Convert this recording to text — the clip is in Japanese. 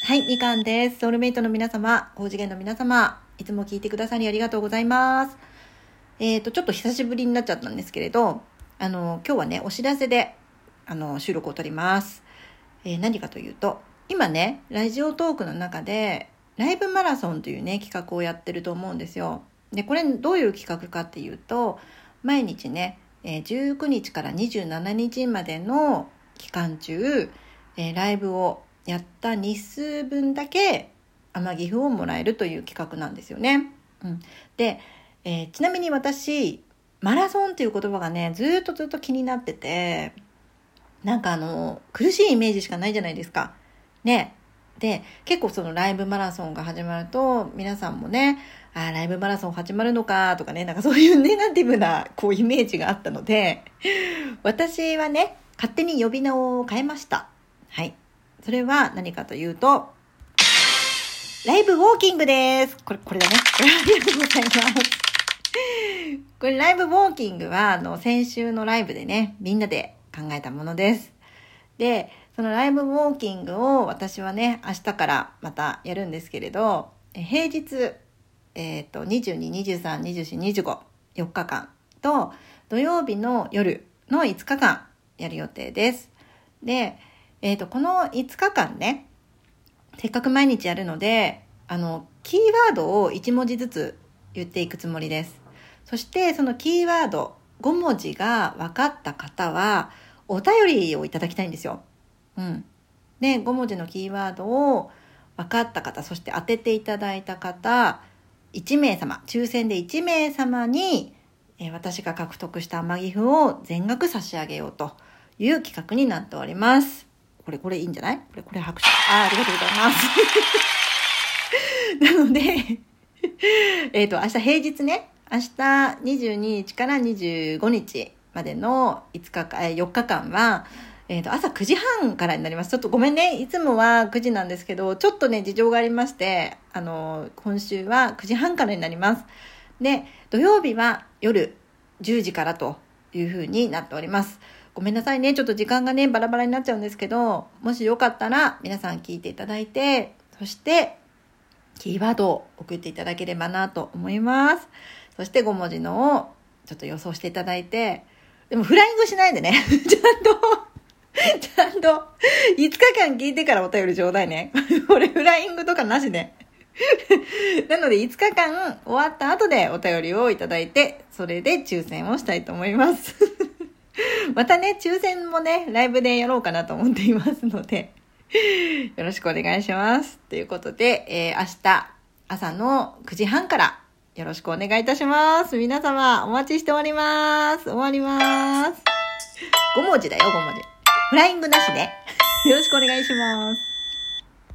はい、みかんです。ソウルメイトの皆様、高次元の皆様、いつも聞いてくださりありがとうございます。ちょっと久しぶりになっちゃったんですけれど、今日はね、お知らせで、収録を取ります。何かというと、今ね、ラジオトークの中で、ライブマラソンというね、企画をやってると思うんですよ。で、これどういう企画かっていうと、毎日ね、19日から27日までの期間中、ライブをやった日数分だけ天城府をもらえるという企画なんですよね。で、ちなみに私マラソンっていう言葉がねずっと気になってて、なんか苦しいイメージしかないじゃないですかね。で、結構そのライブマラソンが始まると皆さんもね、ライブマラソン始まるのかとかね、なんかそういうネガティブなこうイメージがあったので、私はね勝手に呼び名を変えました。はい、それは何かというと、ライブウォーキングです。これだね。ありがとうございます。これライブウォーキングは先週のライブでね、みんなで考えたものです。で、そのライブウォーキングを私はね、明日からまたやるんですけれど、平日、22、23、24、25、4日間と土曜日の夜の5日間やる予定です。で、この5日間ね、せっかく毎日やるので、キーワードを1文字ずつ言っていくつもりです。そしてそのキーワード5文字が分かった方はお便りをいただきたいんですよ。で、5文字のキーワードを分かった方、そして当てていただいた方1名様、抽選で1名様に、私が獲得した天城府を全額差し上げようという企画になっております。これいいんじゃない？これ拍手。ありがとうございます。なので、明日平日ね、明日22日から25日までの4日間は、朝9時半からになります。ちょっとごめんね。いつもは9時なんですけど、ちょっとね、事情がありまして、今週は9時半からになります。で、土曜日は夜10時からという風になっております。ごめんなさいね。ちょっと時間がね、バラバラになっちゃうんですけど、もしよかったら皆さん聞いていただいて、そしてキーワードを送っていただければなと思います。そして5文字のをちょっと予想していただいて、でもフライングしないでね。ちゃんと5日間聞いてからお便りちょうだいね。俺フライングとかなしで。なので5日間終わった後でお便りをいただいて、それで抽選をしたいと思います。またね、抽選もね、ライブでやろうかなと思っていますので、よろしくお願いします。ということで、明日朝の9時半からよろしくお願いいたします。皆様お待ちしております。終わります。5文字だよ、5文字。フライングなしで。よろしくお願いします。